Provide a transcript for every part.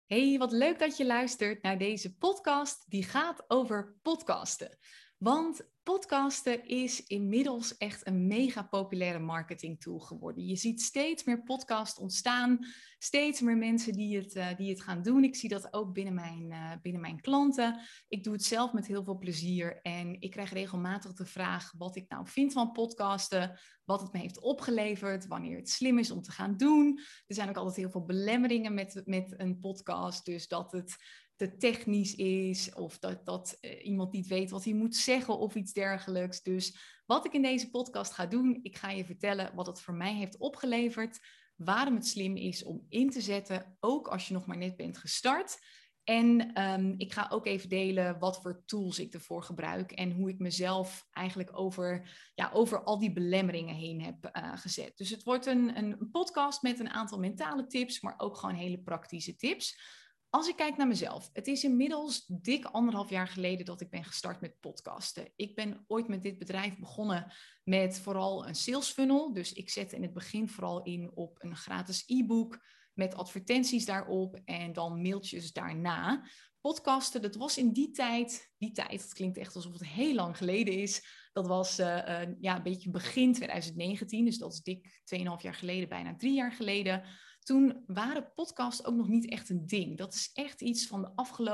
Hey, wat leuk dat je luistert naar deze podcast die gaat over podcasten. Want podcasten is inmiddels echt een mega populaire marketingtool geworden. Je ziet steeds meer podcasts ontstaan, steeds meer mensen die het gaan doen. Ik zie dat ook binnen mijn klanten. Ik doe het zelf met heel veel plezier en ik krijg regelmatig de vraag wat ik nou vind van podcasten, wat het me heeft opgeleverd, wanneer het slim is om te gaan doen. Er zijn ook altijd heel veel belemmeringen met een podcast. Dus dat het te technisch is of dat iemand niet weet wat hij moet zeggen of iets dergelijks. Dus wat ik in deze podcast ga doen, ik ga je vertellen wat het voor mij heeft opgeleverd, waarom het slim is om in te zetten, ook als je nog maar net bent gestart. En ik ga ook even delen wat voor tools ik ervoor gebruik en hoe ik mezelf eigenlijk over al die belemmeringen heen heb gezet. Dus het wordt een podcast met een aantal mentale tips, maar ook gewoon hele praktische tips. Als ik kijk naar mezelf, het is inmiddels dik 1,5 jaar geleden dat ik ben gestart met podcasten. Ik ben ooit met dit bedrijf begonnen met vooral een sales funnel. Dus ik zette in het begin vooral in op een gratis e-book met advertenties daarop en dan mailtjes daarna. Podcasten, dat was in die tijd, dat klinkt echt alsof het heel lang geleden is. Dat was een beetje begin 2019, dus dat is dik 2,5 jaar geleden, bijna 3 jaar geleden. Toen waren podcasts ook nog niet echt een ding. Dat is echt iets van de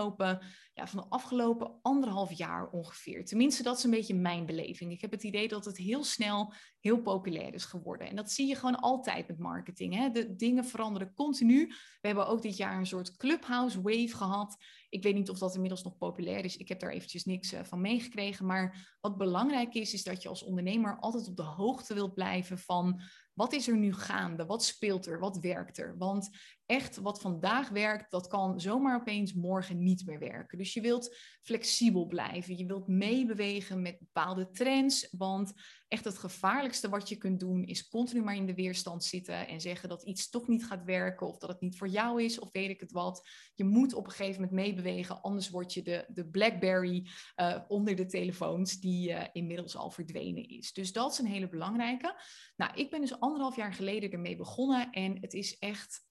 afgelopen 1,5 jaar ongeveer. Tenminste, dat is een beetje mijn beleving. Ik heb het idee dat het heel snel heel populair is geworden. En dat zie je gewoon altijd met marketing. Hè? De dingen veranderen continu. We hebben ook dit jaar een soort Clubhouse wave gehad. Ik weet niet of dat inmiddels nog populair is. Ik heb daar eventjes niks van meegekregen. Maar wat belangrijk is dat je als ondernemer altijd op de hoogte wilt blijven van wat is er nu gaande? Wat speelt er? Wat werkt er? Want echt wat vandaag werkt, dat kan zomaar opeens morgen niet meer werken. Dus je wilt flexibel blijven. Je wilt meebewegen met bepaalde trends. Want echt het gevaarlijkste wat je kunt doen is continu maar in de weerstand zitten en zeggen dat iets toch niet gaat werken of dat het niet voor jou is of weet ik het wat. Je moet op een gegeven moment meebewegen, anders word je de BlackBerry onder de telefoons die inmiddels al verdwenen is. Dus dat is een hele belangrijke. Nou, ik ben dus 1,5 jaar geleden ermee begonnen en het is echt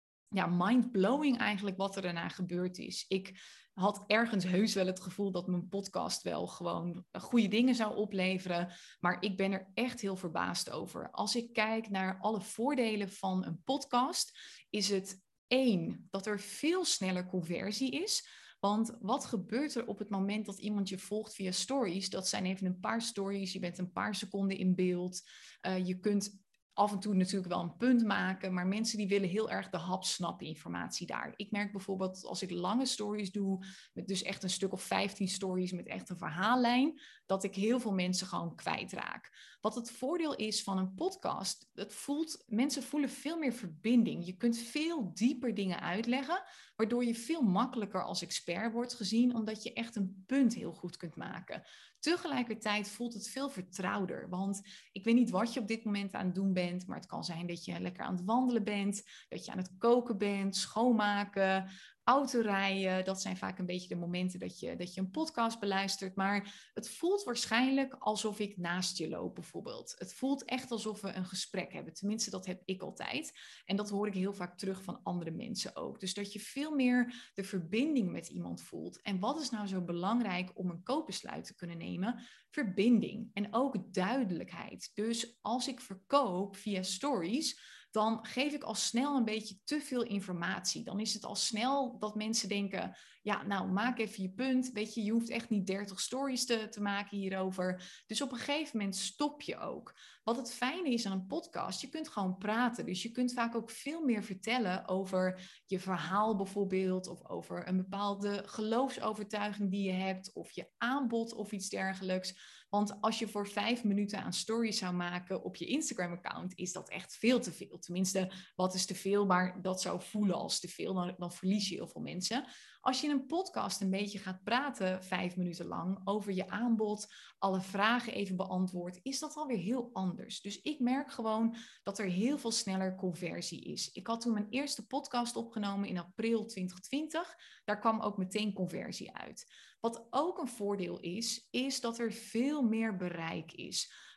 mind-blowing eigenlijk wat er daarna gebeurd is. Ik had ergens heus wel het gevoel dat mijn podcast wel gewoon goede dingen zou opleveren, maar ik ben er echt heel verbaasd over. Als ik kijk naar alle voordelen van een podcast, is het één, dat er veel sneller conversie is. Want wat gebeurt er op het moment dat iemand je volgt via stories? Dat zijn even een paar stories, je bent een paar seconden in beeld. Je kunt af en toe natuurlijk wel een punt maken, maar mensen die willen heel erg de hapsnap informatie daar. Ik merk bijvoorbeeld als ik lange stories doe, met dus echt een stuk of 15 stories met echt een verhaallijn, dat ik heel veel mensen gewoon kwijtraak. Wat het voordeel is van een podcast, mensen voelen veel meer verbinding. Je kunt veel dieper dingen uitleggen, waardoor je veel makkelijker als expert wordt gezien, omdat je echt een punt heel goed kunt maken. Tegelijkertijd voelt het veel vertrouwder, want ik weet niet wat je op dit moment aan het doen bent, maar het kan zijn dat je lekker aan het wandelen bent, dat je aan het koken bent, schoonmaken, autorijden. Dat zijn vaak een beetje de momenten dat je een podcast beluistert, maar het voelt waarschijnlijk alsof ik naast je loop bijvoorbeeld. Het voelt echt alsof we een gesprek hebben, tenminste dat heb ik altijd. En dat hoor ik heel vaak terug van andere mensen ook. Dus dat je veel meer de verbinding met iemand voelt. En wat is nou zo belangrijk om een koopbesluit te kunnen nemen? Verbinding en ook duidelijkheid. Dus als ik verkoop via stories, dan geef ik al snel een beetje te veel informatie. Dan is het al snel dat mensen denken, ja, nou, maak even je punt. Weet je, je hoeft echt niet 30 stories te maken hierover. Dus op een gegeven moment stop je ook. Wat het fijne is aan een podcast, je kunt gewoon praten. Dus je kunt vaak ook veel meer vertellen over je verhaal bijvoorbeeld, of over een bepaalde geloofsovertuiging die je hebt, of je aanbod of iets dergelijks. Want als je voor 5 minuten aan stories zou maken op je Instagram-account, is dat echt veel te veel. Tenminste, wat is te veel, maar dat zou voelen als te veel. Dan verlies je heel veel mensen. Als je in een podcast een beetje gaat praten 5 minuten lang over je aanbod, alle vragen even beantwoord, is dat alweer heel anders. Dus ik merk gewoon dat er heel veel sneller conversie is. Ik had toen mijn eerste podcast opgenomen in april 2020. Daar kwam ook meteen conversie uit. Wat ook een voordeel is dat er veel meer bereik is.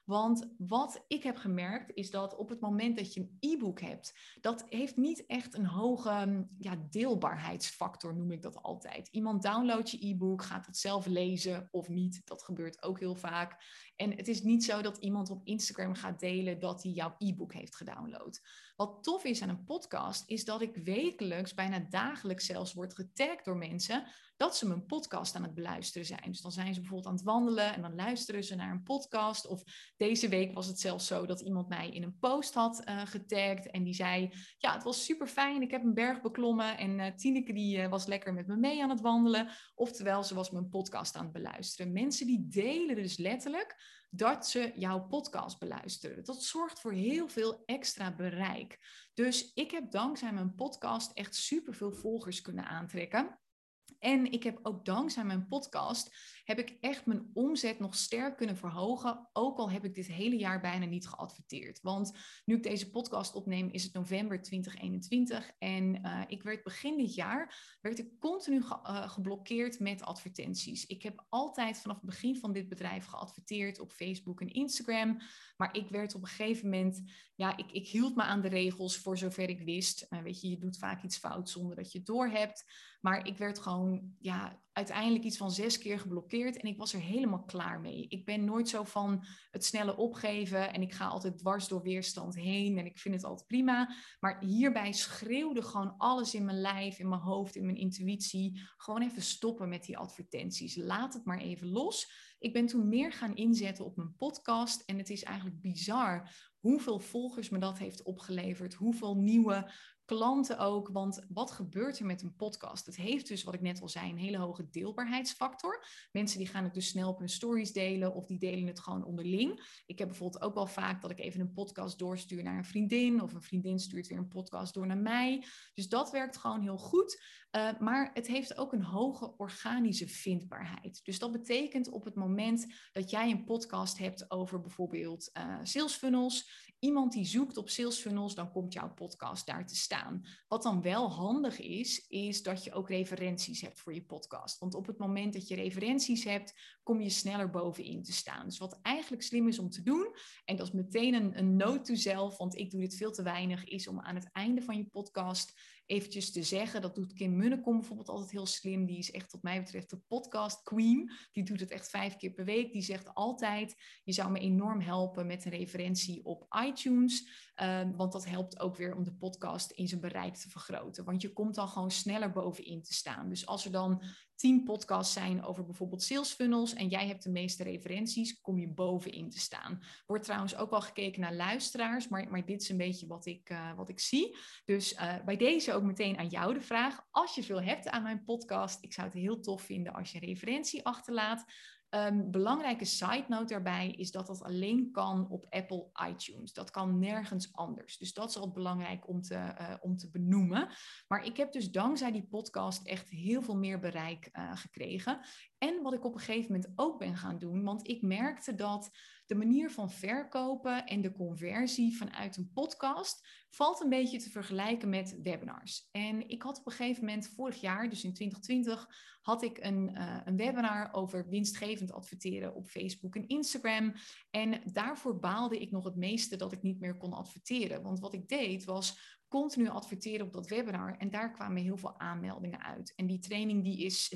Want wat ik heb gemerkt is dat op het moment dat je een e-book hebt, dat heeft niet echt een hoge deelbaarheidsfactor, noem ik dat altijd. Iemand downloadt je e-book, gaat het zelf lezen of niet. Dat gebeurt ook heel vaak. En het is niet zo dat iemand op Instagram gaat delen dat hij jouw e-book heeft gedownload. Wat tof is aan een podcast, is dat ik wekelijks, bijna dagelijks zelfs, word getagd door mensen dat ze mijn podcast aan het beluisteren zijn. Dus dan zijn ze bijvoorbeeld aan het wandelen en dan luisteren ze naar een podcast. Of deze week was het zelfs zo dat iemand mij in een post had getagd en die zei, ja, het was super fijn, ik heb een berg beklommen en Tineke die was lekker met me mee aan het wandelen. Oftewel, ze was mijn podcast aan het beluisteren. Mensen die delen dus letterlijk dat ze jouw podcast beluisteren. Dat zorgt voor heel veel extra bereik. Dus ik heb dankzij mijn podcast echt superveel volgers kunnen aantrekken. En ik heb ook dankzij mijn podcast, heb ik echt mijn omzet nog sterk kunnen verhogen. Ook al heb ik dit hele jaar bijna niet geadverteerd. Want nu ik deze podcast opneem, is het november 2021. En ik werd begin dit jaar, werd ik continu geblokkeerd met advertenties. Ik heb altijd vanaf het begin van dit bedrijf geadverteerd op Facebook en Instagram. Maar ik werd op een gegeven moment, ja, ik hield me aan de regels voor zover ik wist. Weet je, je doet vaak iets fout zonder dat je het doorhebt. Maar ik werd gewoon, ja, uiteindelijk iets van 6 keer geblokkeerd en ik was er helemaal klaar mee. Ik ben nooit zo van het snelle opgeven en ik ga altijd dwars door weerstand heen en ik vind het altijd prima. Maar hierbij schreeuwde gewoon alles in mijn lijf, in mijn hoofd, in mijn intuïtie. Gewoon even stoppen met die advertenties. Laat het maar even los. Ik ben toen meer gaan inzetten op mijn podcast en het is eigenlijk bizar hoeveel volgers me dat heeft opgeleverd, hoeveel nieuwe klanten ook, want wat gebeurt er met een podcast? Het heeft dus, wat ik net al zei, een hele hoge deelbaarheidsfactor. Mensen die gaan het dus snel op hun stories delen of die delen het gewoon onderling. Ik heb bijvoorbeeld ook wel vaak dat ik even een podcast doorstuur naar een vriendin of een vriendin stuurt weer een podcast door naar mij. Dus dat werkt gewoon heel goed. Maar het heeft ook een hoge organische vindbaarheid. Dus dat betekent op het moment dat jij een podcast hebt over bijvoorbeeld sales funnels, iemand die zoekt op sales funnels, dan komt jouw podcast daar te staan. Wat dan wel handig is dat je ook referenties hebt voor je podcast. Want op het moment dat je referenties hebt, kom je sneller bovenin te staan. Dus wat eigenlijk slim is om te doen, en dat is meteen een note to self, want ik doe dit veel te weinig, is om aan het einde van je podcast eventjes te zeggen. Dat doet Kim Munnekom bijvoorbeeld altijd heel slim. Die is echt wat mij betreft de podcast queen. Die doet het echt 5 keer per week. Die zegt altijd, je zou me enorm helpen met een referentie op iTunes. Want dat helpt ook weer om de podcast in zijn bereik te vergroten. Want je komt dan gewoon sneller bovenin te staan. Dus als er dan 10 podcasts zijn over bijvoorbeeld sales funnels en jij hebt de meeste referenties, kom je bovenin te staan. Wordt trouwens ook wel gekeken naar luisteraars, maar dit is een beetje wat ik zie. Dus bij deze ook meteen aan jou de vraag. Als je veel hebt aan mijn podcast, ik zou het heel tof vinden als je een referentie achterlaat. Belangrijke side note daarbij is dat dat alleen kan op Apple iTunes. Dat kan nergens anders. Dus dat is al belangrijk om te benoemen. Maar ik heb dus dankzij die podcast echt heel veel meer bereik gekregen. En wat ik op een gegeven moment ook ben gaan doen, want ik merkte dat de manier van verkopen en de conversie vanuit een podcast valt een beetje te vergelijken met webinars. En ik had op een gegeven moment vorig jaar, dus in 2020, had ik een webinar over winstgevend adverteren op Facebook en Instagram. En daarvoor baalde ik nog het meeste dat ik niet meer kon adverteren. Want wat ik deed was continu adverteren op dat webinar en daar kwamen heel veel aanmeldingen uit. En die training die is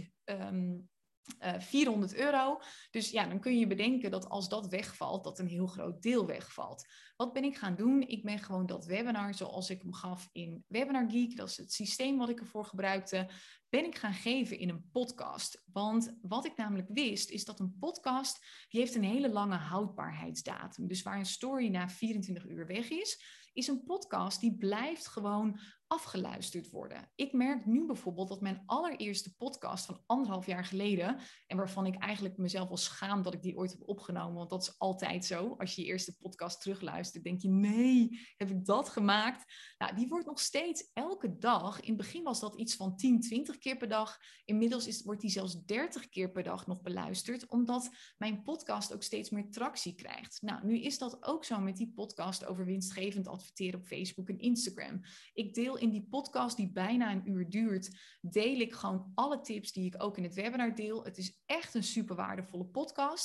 €400. Dus ja, dan kun je bedenken dat als dat wegvalt, dat een heel groot deel wegvalt. Wat ben ik gaan doen? Ik ben gewoon dat webinar, zoals ik hem gaf in Webinar Geek, dat is het systeem wat ik ervoor gebruikte, ben ik gaan geven in een podcast. Want wat ik namelijk wist, is dat een podcast, die heeft een hele lange houdbaarheidsdatum. Dus waar een story na 24 uur weg is een podcast die blijft gewoon afgeluisterd worden. Ik merk nu bijvoorbeeld dat mijn allereerste podcast van 1,5 jaar geleden, en waarvan ik eigenlijk mezelf wel schaam dat ik die ooit heb opgenomen, want dat is altijd zo. Als je je eerste podcast terugluistert, denk je, nee, heb ik dat gemaakt? Nou, die wordt nog steeds elke dag. In het begin was dat iets van 10, 20 keer per dag. Inmiddels wordt die zelfs 30 keer per dag nog beluisterd, omdat mijn podcast ook steeds meer tractie krijgt. Nou, nu is dat ook zo met die podcast over winstgevend adverteren op Facebook en Instagram. Ik deel in die podcast die bijna een uur duurt, deel ik gewoon alle tips die ik ook in het webinar deel. Het is echt een super waardevolle podcast.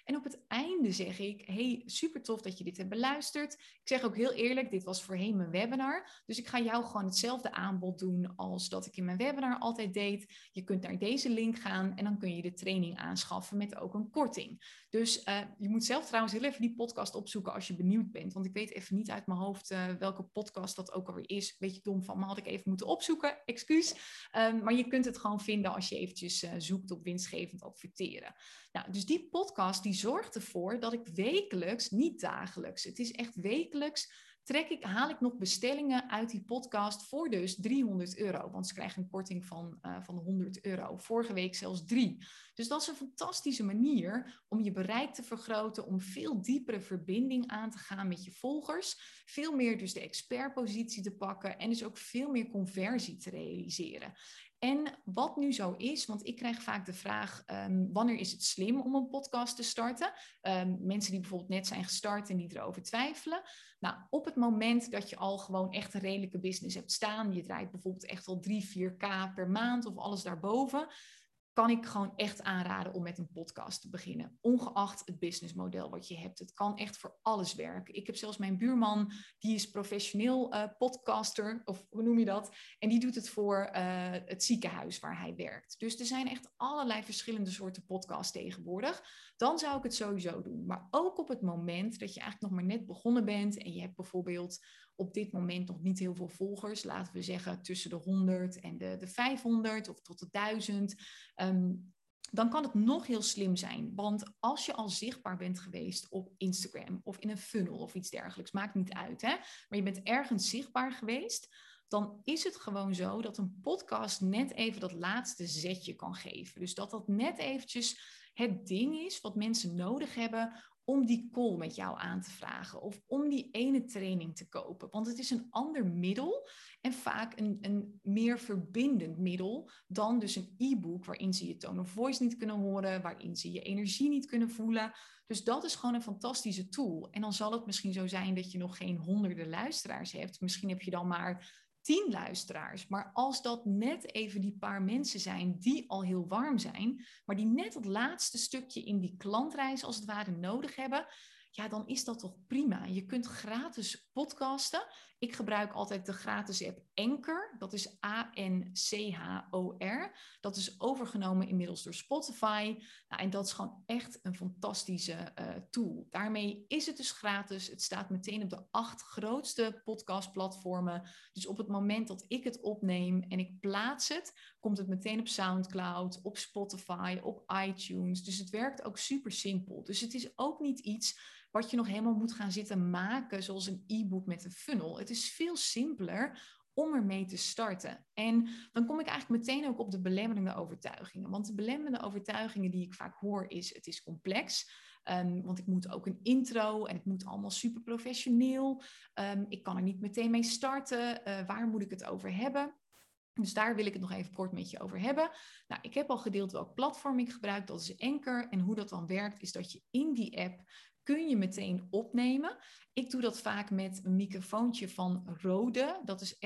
En op het einde zeg ik, hey, super tof dat je dit hebt beluisterd. Ik zeg ook heel eerlijk, dit was voorheen mijn webinar. Dus ik ga jou gewoon hetzelfde aanbod doen als dat ik in mijn webinar altijd deed. Je kunt naar deze link gaan en dan kun je de training aanschaffen met ook een korting. Dus je moet zelf trouwens heel even die podcast opzoeken als je benieuwd bent. Want ik weet even niet uit mijn hoofd welke podcast dat ook alweer is. Beetje dom van me, had ik even moeten opzoeken. Excuus. Maar je kunt het gewoon vinden als je eventjes zoekt op winstgevend adverteren. Nou, dus die podcast die zorgt ervoor dat ik wekelijks, niet dagelijks, het is echt wekelijks, haal ik nog bestellingen uit die podcast voor dus €300. Want ze krijgen een korting van €100. Vorige week zelfs 3. Dus dat is een fantastische manier om je bereik te vergroten, om veel diepere verbinding aan te gaan met je volgers. Veel meer dus de expertpositie te pakken en dus ook veel meer conversie te realiseren. En wat nu zo is, want ik krijg vaak de vraag, wanneer is het slim om een podcast te starten? Mensen die bijvoorbeeld net zijn gestart en die erover twijfelen. Nou, op het moment dat je al gewoon echt een redelijke business hebt staan, je draait bijvoorbeeld echt al 3-4K per maand of alles daarboven, kan ik gewoon echt aanraden om met een podcast te beginnen. Ongeacht het businessmodel wat je hebt. Het kan echt voor alles werken. Ik heb zelfs mijn buurman, die is professioneel podcaster, of hoe noem je dat? En die doet het voor het ziekenhuis waar hij werkt. Dus er zijn echt allerlei verschillende soorten podcasts tegenwoordig. Dan zou ik het sowieso doen. Maar ook op het moment dat je eigenlijk nog maar net begonnen bent en je hebt bijvoorbeeld op dit moment nog niet heel veel volgers, laten we zeggen tussen de 100 en de 500 of tot de 1000, dan kan het nog heel slim zijn. Want als je al zichtbaar bent geweest op Instagram of in een funnel of iets dergelijks, maakt niet uit, hè? Maar je bent ergens zichtbaar geweest, dan is het gewoon zo dat een podcast net even dat laatste zetje kan geven. Dus dat net eventjes het ding is wat mensen nodig hebben om die call met jou aan te vragen of om die ene training te kopen. Want het is een ander middel en vaak een meer verbindend middel dan dus een e-book waarin ze je tone of voice niet kunnen horen, waarin ze je energie niet kunnen voelen. Dus dat is gewoon een fantastische tool. En dan zal het misschien zo zijn dat je nog geen honderden luisteraars hebt. Misschien heb je dan maar 10 luisteraars. Maar als dat net even die paar mensen zijn die al heel warm zijn, maar die net het laatste stukje in die klantreis als het ware nodig hebben, ja, dan is dat toch prima. Je kunt gratis podcasten. Ik gebruik altijd de gratis app Anchor. Dat is Anchor. Dat is overgenomen inmiddels door Spotify. Nou, en dat is gewoon echt een fantastische tool. Daarmee is het dus gratis. Het staat meteen op de 8 grootste podcastplatformen. Dus op het moment dat ik het opneem en ik plaats het, komt het meteen op SoundCloud, op Spotify, op iTunes. Dus het werkt ook super simpel. Dus het is ook niet iets wat je nog helemaal moet gaan zitten maken zoals een e-book met een funnel. Het is veel simpeler om ermee te starten. En dan kom ik eigenlijk meteen ook op de belemmerende overtuigingen. Want de belemmerende overtuigingen die ik vaak hoor is, het is complex. Want ik moet ook een intro en het moet allemaal super professioneel. Ik kan er niet meteen mee starten. Waar moet ik het over hebben? Dus daar wil ik het nog even kort met je over hebben. Nou, ik heb al gedeeld welk platform ik gebruik. Dat is Anchor. En hoe dat dan werkt is dat je in die app kun je meteen opnemen. Ik doe dat vaak met een microfoontje van Rode. Dat is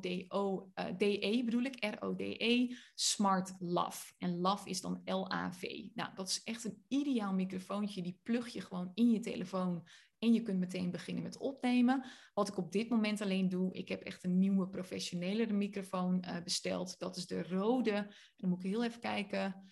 R-O-D-E bedoel ik. R-O-D-E Smart Lav. En Lav is dan L-A-V. Nou, dat is echt een ideaal microfoontje. Die plug je gewoon in je telefoon. En je kunt meteen beginnen met opnemen. Wat ik op dit moment alleen doe, ik heb echt een nieuwe professionelere microfoon besteld. Dat is de Rode. En dan moet ik heel even kijken.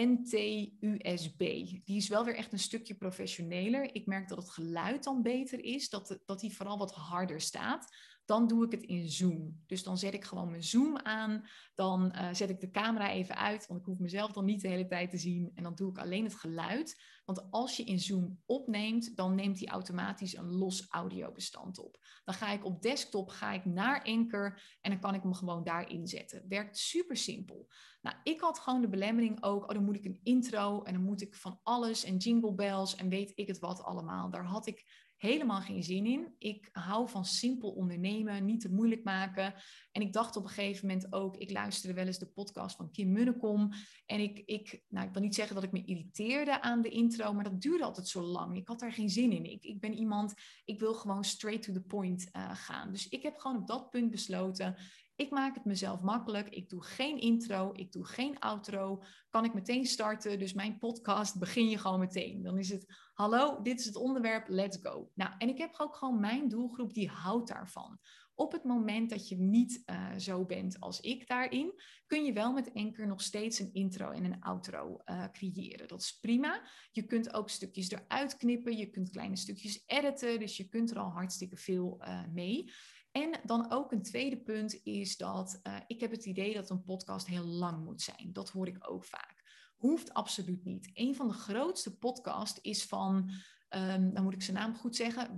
NT-USB. Die is wel weer echt een stukje professioneler. Ik merk dat het geluid dan beter is, dat die vooral wat harder staat. Dan doe ik het in Zoom. Dus dan zet ik gewoon mijn Zoom aan. Dan zet ik de camera even uit, want ik hoef mezelf dan niet de hele tijd te zien. En dan doe ik alleen het geluid. Want als je in Zoom opneemt, dan neemt hij automatisch een los audiobestand op. Dan ga ik op desktop naar Anchor en dan kan ik hem gewoon daar inzetten. Werkt super simpel. Nou, ik had gewoon de belemmering ook, dan moet ik een intro en dan moet ik van alles en jingle bells en weet ik het wat allemaal. Daar had ik helemaal geen zin in. Ik hou van simpel ondernemen, niet te moeilijk maken. En ik dacht op een gegeven moment ook, ik luisterde wel eens de podcast van Kim Munnekom. En ik wil niet zeggen dat ik me irriteerde aan de intro, maar dat duurde altijd zo lang. Ik had daar geen zin in. Ik ben iemand, ik wil gewoon straight to the point gaan. Dus ik heb gewoon op dat punt besloten, Ik maak het mezelf makkelijk. Ik doe geen intro, ik doe geen outro. Kan ik meteen starten? Dus mijn podcast begin je gewoon meteen. Dan is het, hallo, dit is het onderwerp, let's go. Nou, en ik heb ook gewoon mijn doelgroep die houdt daarvan. Op het moment dat je niet zo bent als ik daarin, kun je wel met Anchor nog steeds een intro en een outro creëren. Dat is prima. Je kunt ook stukjes eruit knippen. Je kunt kleine stukjes editen. Dus je kunt er al hartstikke veel mee. En dan ook een tweede punt is dat ik heb het idee dat een podcast heel lang moet zijn. Dat hoor ik ook vaak. Hoeft absoluut niet. Een van de grootste podcasts is van, dan moet ik zijn naam goed zeggen,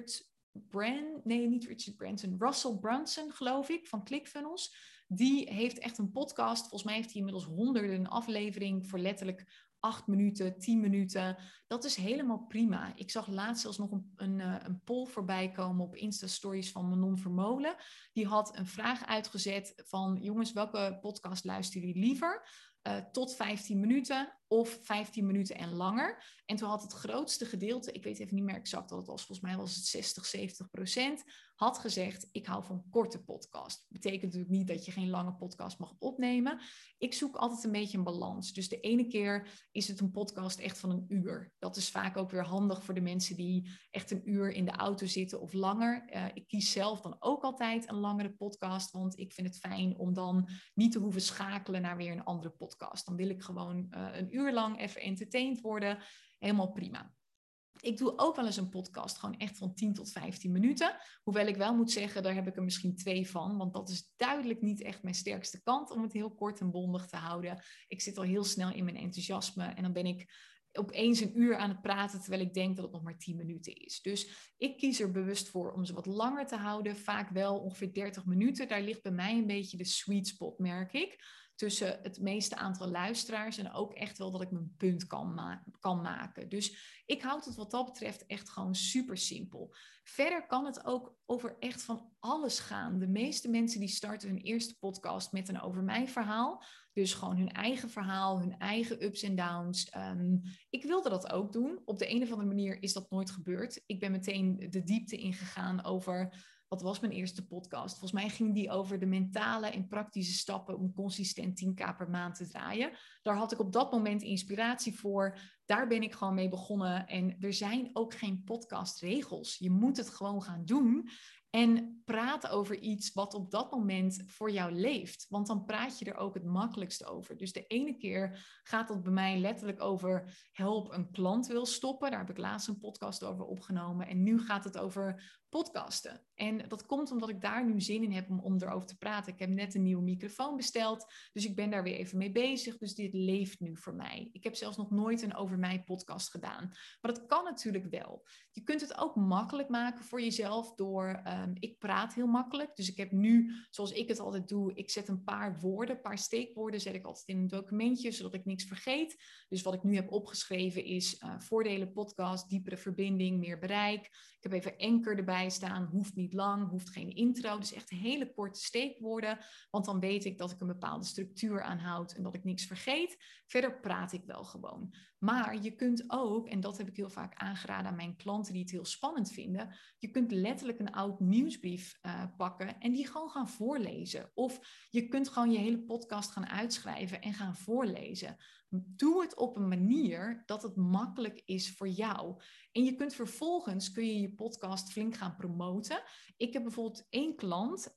Russell Brunson, geloof ik, van ClickFunnels. Die heeft echt een podcast. Volgens mij heeft hij inmiddels honderden afleveringen voor letterlijk 8 minuten, 10 minuten. Dat is helemaal prima. Ik zag laatst zelfs nog een poll voorbij komen op Insta-stories van Manon Vermolen. Die had een vraag uitgezet van, jongens, welke podcast luisteren jullie liever? Tot 15 minuten of 15 minuten en langer. En toen had het grootste gedeelte, ik weet even niet meer exact wat het was, volgens mij was het 60-70%, had gezegd, ik hou van korte podcast. Betekent natuurlijk niet dat je geen lange podcast mag opnemen. Ik zoek altijd een beetje een balans. Dus de ene keer is het een podcast echt van een uur. Dat is vaak ook weer handig voor de mensen die echt een uur in de auto zitten of langer. Ik kies zelf dan ook altijd een langere podcast, want ik vind het fijn om dan niet te hoeven schakelen naar weer een andere podcast. Dan wil ik gewoon een uur lang even entertained worden. Helemaal prima. Ik doe ook wel eens een podcast, gewoon echt van 10 tot 15 minuten. Hoewel ik wel moet zeggen, daar heb ik er misschien 2 van. Want dat is duidelijk niet echt mijn sterkste kant om het heel kort en bondig te houden. Ik zit al heel snel in mijn enthousiasme en dan ben ik opeens een uur aan het praten, terwijl ik denk dat het nog maar 10 minuten is. Dus ik kies er bewust voor om ze wat langer te houden. Vaak wel ongeveer 30 minuten. Daar ligt bij mij een beetje de sweet spot, merk ik. Tussen het meeste aantal luisteraars en ook echt wel dat ik mijn punt kan maken. Dus ik houd het wat dat betreft echt gewoon super simpel. Verder kan het ook over echt van alles gaan. De meeste mensen die starten hun eerste podcast met een over mij verhaal. Dus gewoon hun eigen verhaal, hun eigen ups en downs. Ik wilde dat ook doen. Op de een of andere manier is dat nooit gebeurd. Ik ben meteen de diepte ingegaan over, wat was mijn eerste podcast? Volgens mij ging die over de mentale en praktische stappen om consistent 10.000 per maand te draaien. Daar had ik op dat moment inspiratie voor. Daar ben ik gewoon mee begonnen. En er zijn ook geen podcastregels. Je moet het gewoon gaan doen. En praat over iets wat op dat moment voor jou leeft. Want dan praat je er ook het makkelijkst over. Dus de ene keer gaat het bij mij letterlijk over help een klant wil stoppen. Daar heb ik laatst een podcast over opgenomen. En nu gaat het over podcasten. En dat komt omdat ik daar nu zin in heb om erover te praten. Ik heb net een nieuwe microfoon besteld. Dus ik ben daar weer even mee bezig. Dus dit leeft nu voor mij. Ik heb zelfs nog nooit een over mij podcast gedaan. Maar dat kan natuurlijk wel. Je kunt het ook makkelijk maken voor jezelf door, ik praat heel makkelijk. Dus ik heb nu, zoals ik het altijd doe, ik zet een paar woorden, een paar steekwoorden zet ik altijd in een documentje, zodat ik niks vergeet. Dus wat ik nu heb opgeschreven is voordelen podcast, diepere verbinding, meer bereik. Ik heb even Anchor erbij staan, hoeft niet lang, hoeft geen intro. Dus echt hele korte steekwoorden, want dan weet ik dat ik een bepaalde structuur aanhoud en dat ik niks vergeet. Verder praat ik wel gewoon. Maar je kunt ook, en dat heb ik heel vaak aangeraden aan mijn klanten die het heel spannend vinden, je kunt letterlijk een oud nieuwsbrief pakken en die gewoon gaan voorlezen. Of je kunt gewoon je hele podcast gaan uitschrijven en gaan voorlezen. Doe het op een manier dat het makkelijk is voor jou. En je kunt vervolgens, kun je podcast flink gaan promoten. Ik heb bijvoorbeeld 1 klant,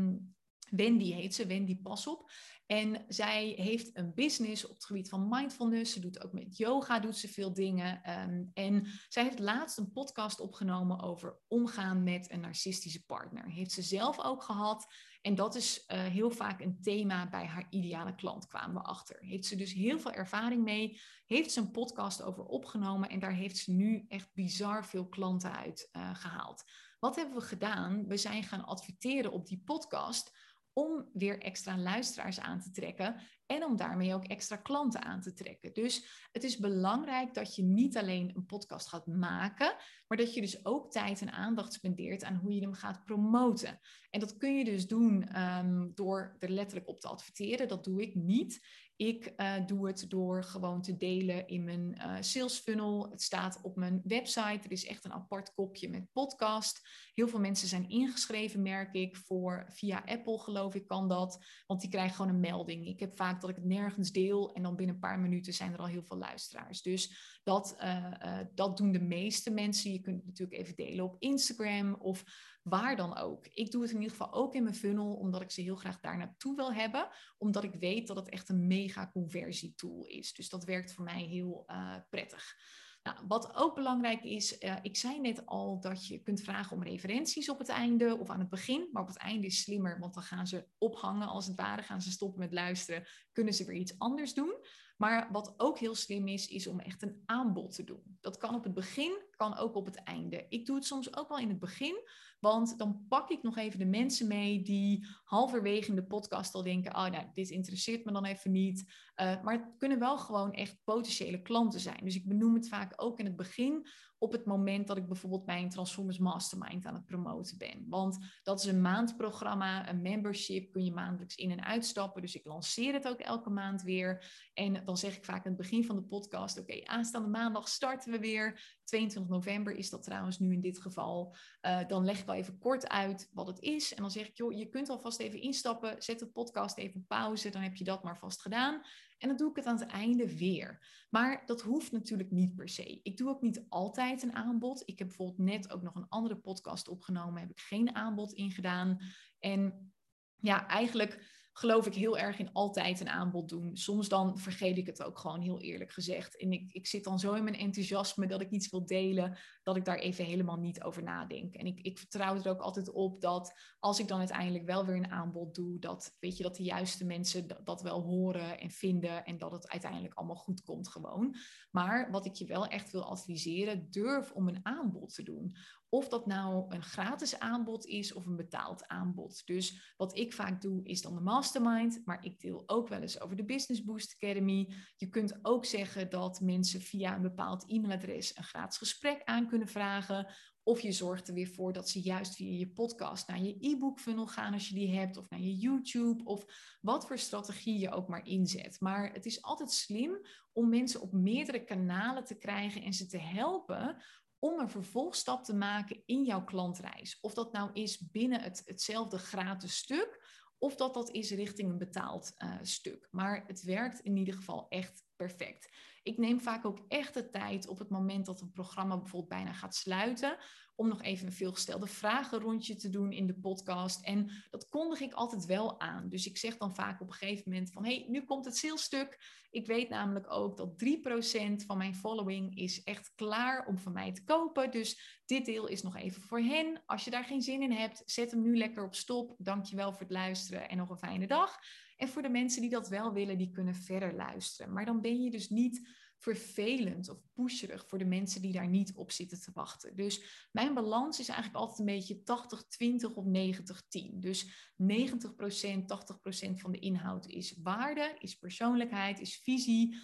Wendy heet ze, Wendy Pasop. En zij heeft een business op het gebied van mindfulness. Ze doet ook met yoga, doet ze veel dingen. En zij heeft laatst een podcast opgenomen over omgaan met een narcistische partner. Heeft ze zelf ook gehad. En dat is heel vaak een thema bij haar ideale klant, kwamen we achter. Heeft ze dus heel veel ervaring mee. Heeft ze een podcast over opgenomen. En daar heeft ze nu echt bizar veel klanten uit gehaald. Wat hebben we gedaan? We zijn gaan adverteren op die podcast om weer extra luisteraars aan te trekken en om daarmee ook extra klanten aan te trekken. Dus het is belangrijk dat je niet alleen een podcast gaat maken, maar dat je dus ook tijd en aandacht spendeert aan hoe je hem gaat promoten. En dat kun je dus doen door er letterlijk op te adverteren. Dat doe ik niet. Ik doe het door gewoon te delen in mijn sales funnel. Het staat op mijn website. Er is echt een apart kopje met podcast. Heel veel mensen zijn ingeschreven, merk ik, via Apple geloof ik kan dat. Want die krijgen gewoon een melding. Ik heb vaak dat ik het nergens deel en dan binnen een paar minuten zijn er al heel veel luisteraars. Dus dat doen de meeste mensen. Je kunt het natuurlijk even delen op Instagram of waar dan ook. Ik doe het in ieder geval ook in mijn funnel, omdat ik ze heel graag daar naartoe wil hebben. Omdat ik weet dat het echt een mega conversietool is. Dus dat werkt voor mij heel prettig. Nou, wat ook belangrijk is, ik zei net al dat je kunt vragen om referenties op het einde of aan het begin. Maar op het einde is slimmer, want dan gaan ze ophangen als het ware. Gaan ze stoppen met luisteren, kunnen ze weer iets anders doen. Maar wat ook heel slim is om echt een aanbod te doen. Dat kan op het begin, kan ook op het einde. Ik doe het soms ook wel in het begin, want dan pak ik nog even de mensen mee die halverwege in de podcast al denken, oh nou, dit interesseert me dan even niet. Maar het kunnen wel gewoon echt potentiële klanten zijn. Dus ik benoem het vaak ook in het begin op het moment dat ik bijvoorbeeld bij een Transformers Mastermind aan het promoten ben. Want dat is een maandprogramma, een membership, kun je maandelijks in- en uitstappen. Dus ik lanceer het ook elke maand weer. En dan zeg ik vaak aan het begin van de podcast, oké, aanstaande maandag starten we weer. 22 november is dat trouwens nu in dit geval. Dan leg ik wel even kort uit wat het is. En dan zeg ik, joh, je kunt alvast even instappen. Zet de podcast even op pauze. Dan heb je dat maar vast gedaan. En dan doe ik het aan het einde weer. Maar dat hoeft natuurlijk niet per se. Ik doe ook niet altijd een aanbod. Ik heb bijvoorbeeld net ook nog een andere podcast opgenomen. Heb ik geen aanbod in gedaan. En ja, eigenlijk geloof ik heel erg in altijd een aanbod doen. Soms dan vergeet ik het ook gewoon, heel eerlijk gezegd. En ik zit dan zo in mijn enthousiasme dat ik iets wil delen, dat ik daar even helemaal niet over nadenk. En ik vertrouw er ook altijd op dat als ik dan uiteindelijk wel weer een aanbod doe, dat, weet je, dat de juiste mensen dat wel horen en vinden en dat het uiteindelijk allemaal goed komt gewoon. Maar wat ik je wel echt wil adviseren, durf om een aanbod te doen. Of dat nou een gratis aanbod is of een betaald aanbod. Dus wat ik vaak doe is dan de mastermind. Maar ik deel ook wel eens over de Business Boost Academy. Je kunt ook zeggen dat mensen via een bepaald e-mailadres een gratis gesprek aan kunnen vragen. Of je zorgt er weer voor dat ze juist via je podcast naar je e-book funnel gaan als je die hebt. Of naar je YouTube. Of wat voor strategie je ook maar inzet. Maar het is altijd slim om mensen op meerdere kanalen te krijgen en ze te helpen om een vervolgstap te maken in jouw klantreis. Of dat nou is binnen hetzelfde gratis stuk, of dat is richting een betaald stuk. Maar het werkt in ieder geval echt perfect. Ik neem vaak ook echt de tijd op het moment dat een programma bijvoorbeeld bijna gaat sluiten, om nog even een veelgestelde vragenrondje te doen in de podcast. En dat kondig ik altijd wel aan. Dus ik zeg dan vaak op een gegeven moment van, hey, nu komt het salesstuk. Ik weet namelijk ook dat 3% van mijn following is echt klaar om van mij te kopen. Dus dit deel is nog even voor hen. Als je daar geen zin in hebt, zet hem nu lekker op stop. Dankjewel voor het luisteren en nog een fijne dag. En voor de mensen die dat wel willen, die kunnen verder luisteren. Maar dan ben je dus niet vervelend of pusherig voor de mensen die daar niet op zitten te wachten. Dus mijn balans is eigenlijk altijd een beetje 80-20 of 90-10. Dus 90%, 80% van de inhoud is waarde, is persoonlijkheid, is visie.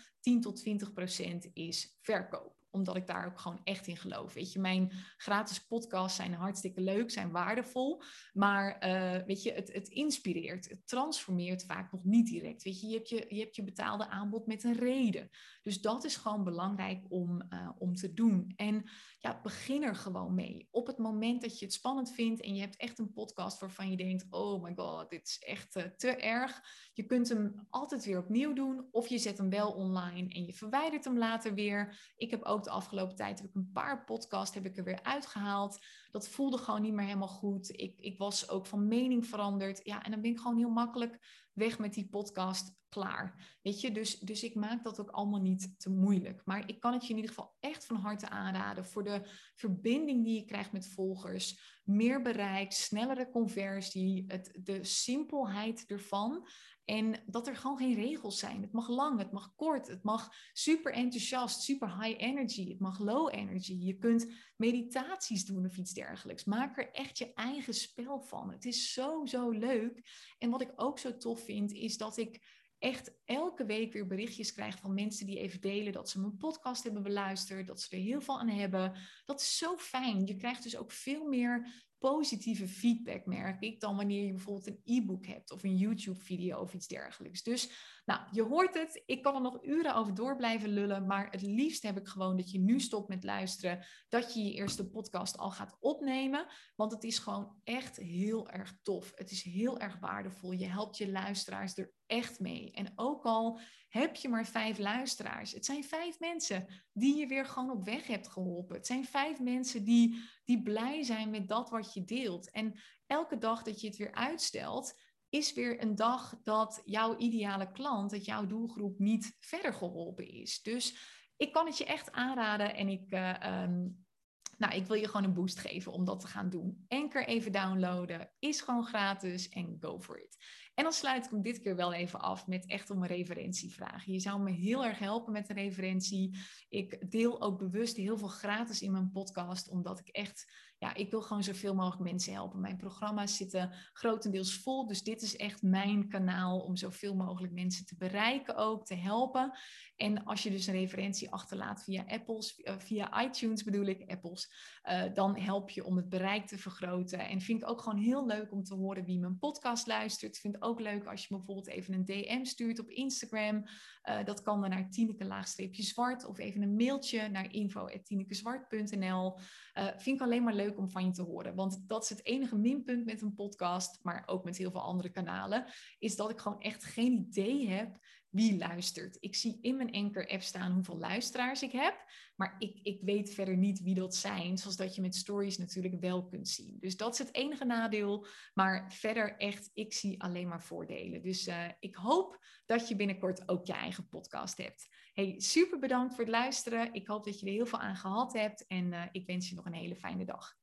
10-20% is verkoop. Omdat ik daar ook gewoon echt in geloof. Weet je, mijn gratis podcasts zijn hartstikke leuk, zijn waardevol. Maar weet je, het inspireert, het transformeert vaak nog niet direct. Weet je, je hebt je betaalde aanbod met een reden. Dus dat is gewoon belangrijk om te doen. En ja, begin er gewoon mee. Op het moment dat je het spannend vindt en je hebt echt een podcast waarvan je denkt, oh my god, dit is echt te erg. Je kunt hem altijd weer opnieuw doen of je zet hem wel online en je verwijdert hem later weer. Ik heb ook de afgelopen tijd heb ik een paar podcasts heb ik er weer uitgehaald. Dat voelde gewoon niet meer helemaal goed. Ik was ook van mening veranderd. Ja, en dan ben ik gewoon heel makkelijk weg met die podcast, klaar. Weet je, dus ik maak dat ook allemaal niet te moeilijk. Maar ik kan het je in ieder geval echt van harte aanraden voor de verbinding die je krijgt met volgers. Meer bereik, snellere conversie, de simpelheid ervan. En dat er gewoon geen regels zijn. Het mag lang, het mag kort, het mag super enthousiast, super high energy, het mag low energy. Je kunt meditaties doen of iets dergelijks. Maak er echt je eigen spel van. Het is zo, zo leuk. En wat ik ook zo tof vind, is dat ik echt elke week weer berichtjes krijg van mensen die even delen dat ze mijn podcast hebben beluisterd, dat ze er heel veel aan hebben. Dat is zo fijn. Je krijgt dus ook veel meer positieve feedback, merk ik, dan wanneer je bijvoorbeeld een e-book hebt of een YouTube-video of iets dergelijks. Dus nou, je hoort het. Ik kan er nog uren over door blijven lullen, maar het liefst heb ik gewoon dat je nu stopt met luisteren, dat je je eerste podcast al gaat opnemen, want het is gewoon echt heel erg tof. Het is heel erg waardevol. Je helpt je luisteraars er echt mee. En ook al heb je maar 5 luisteraars, het zijn 5 mensen die je weer gewoon op weg hebt geholpen. Het zijn 5 mensen die blij zijn met dat wat je deelt. En elke dag dat je het weer uitstelt, is weer een dag dat jouw ideale klant, dat jouw doelgroep niet verder geholpen is. Dus ik kan het je echt aanraden en ik wil je gewoon een boost geven om dat te gaan doen. Anchor even downloaden, is gewoon gratis en go for it. En dan sluit ik hem dit keer wel even af met echt om een referentie vragen. Je zou me heel erg helpen met een referentie. Ik deel ook bewust heel veel gratis in mijn podcast, omdat ik echt, ik wil gewoon zoveel mogelijk mensen helpen. Mijn programma's zitten grotendeels vol, dus dit is echt mijn kanaal om zoveel mogelijk mensen te bereiken ook, te helpen. En als je dus een referentie achterlaat via iTunes bedoel ik, dan help je om het bereik te vergroten. En vind ik ook gewoon heel leuk om te horen wie mijn podcast luistert. Vind het ook leuk als je me bijvoorbeeld even een DM stuurt op Instagram. Dat kan dan naar Tineke_Zwart of even een mailtje naar info@tinekezwart.nl. Vind ik alleen maar leuk om van je te horen. Want dat is het enige minpunt met een podcast, maar ook met heel veel andere kanalen, is dat ik gewoon echt geen idee heb wie luistert. Ik zie in mijn Anchor-app staan hoeveel luisteraars ik heb, maar ik weet verder niet wie dat zijn, zoals dat je met stories natuurlijk wel kunt zien. Dus dat is het enige nadeel, maar verder echt, ik zie alleen maar voordelen. Dus ik hoop dat je binnenkort ook je eigen podcast hebt. Hey, super bedankt voor het luisteren. Ik hoop dat je er heel veel aan gehad hebt en ik wens je nog een hele fijne dag.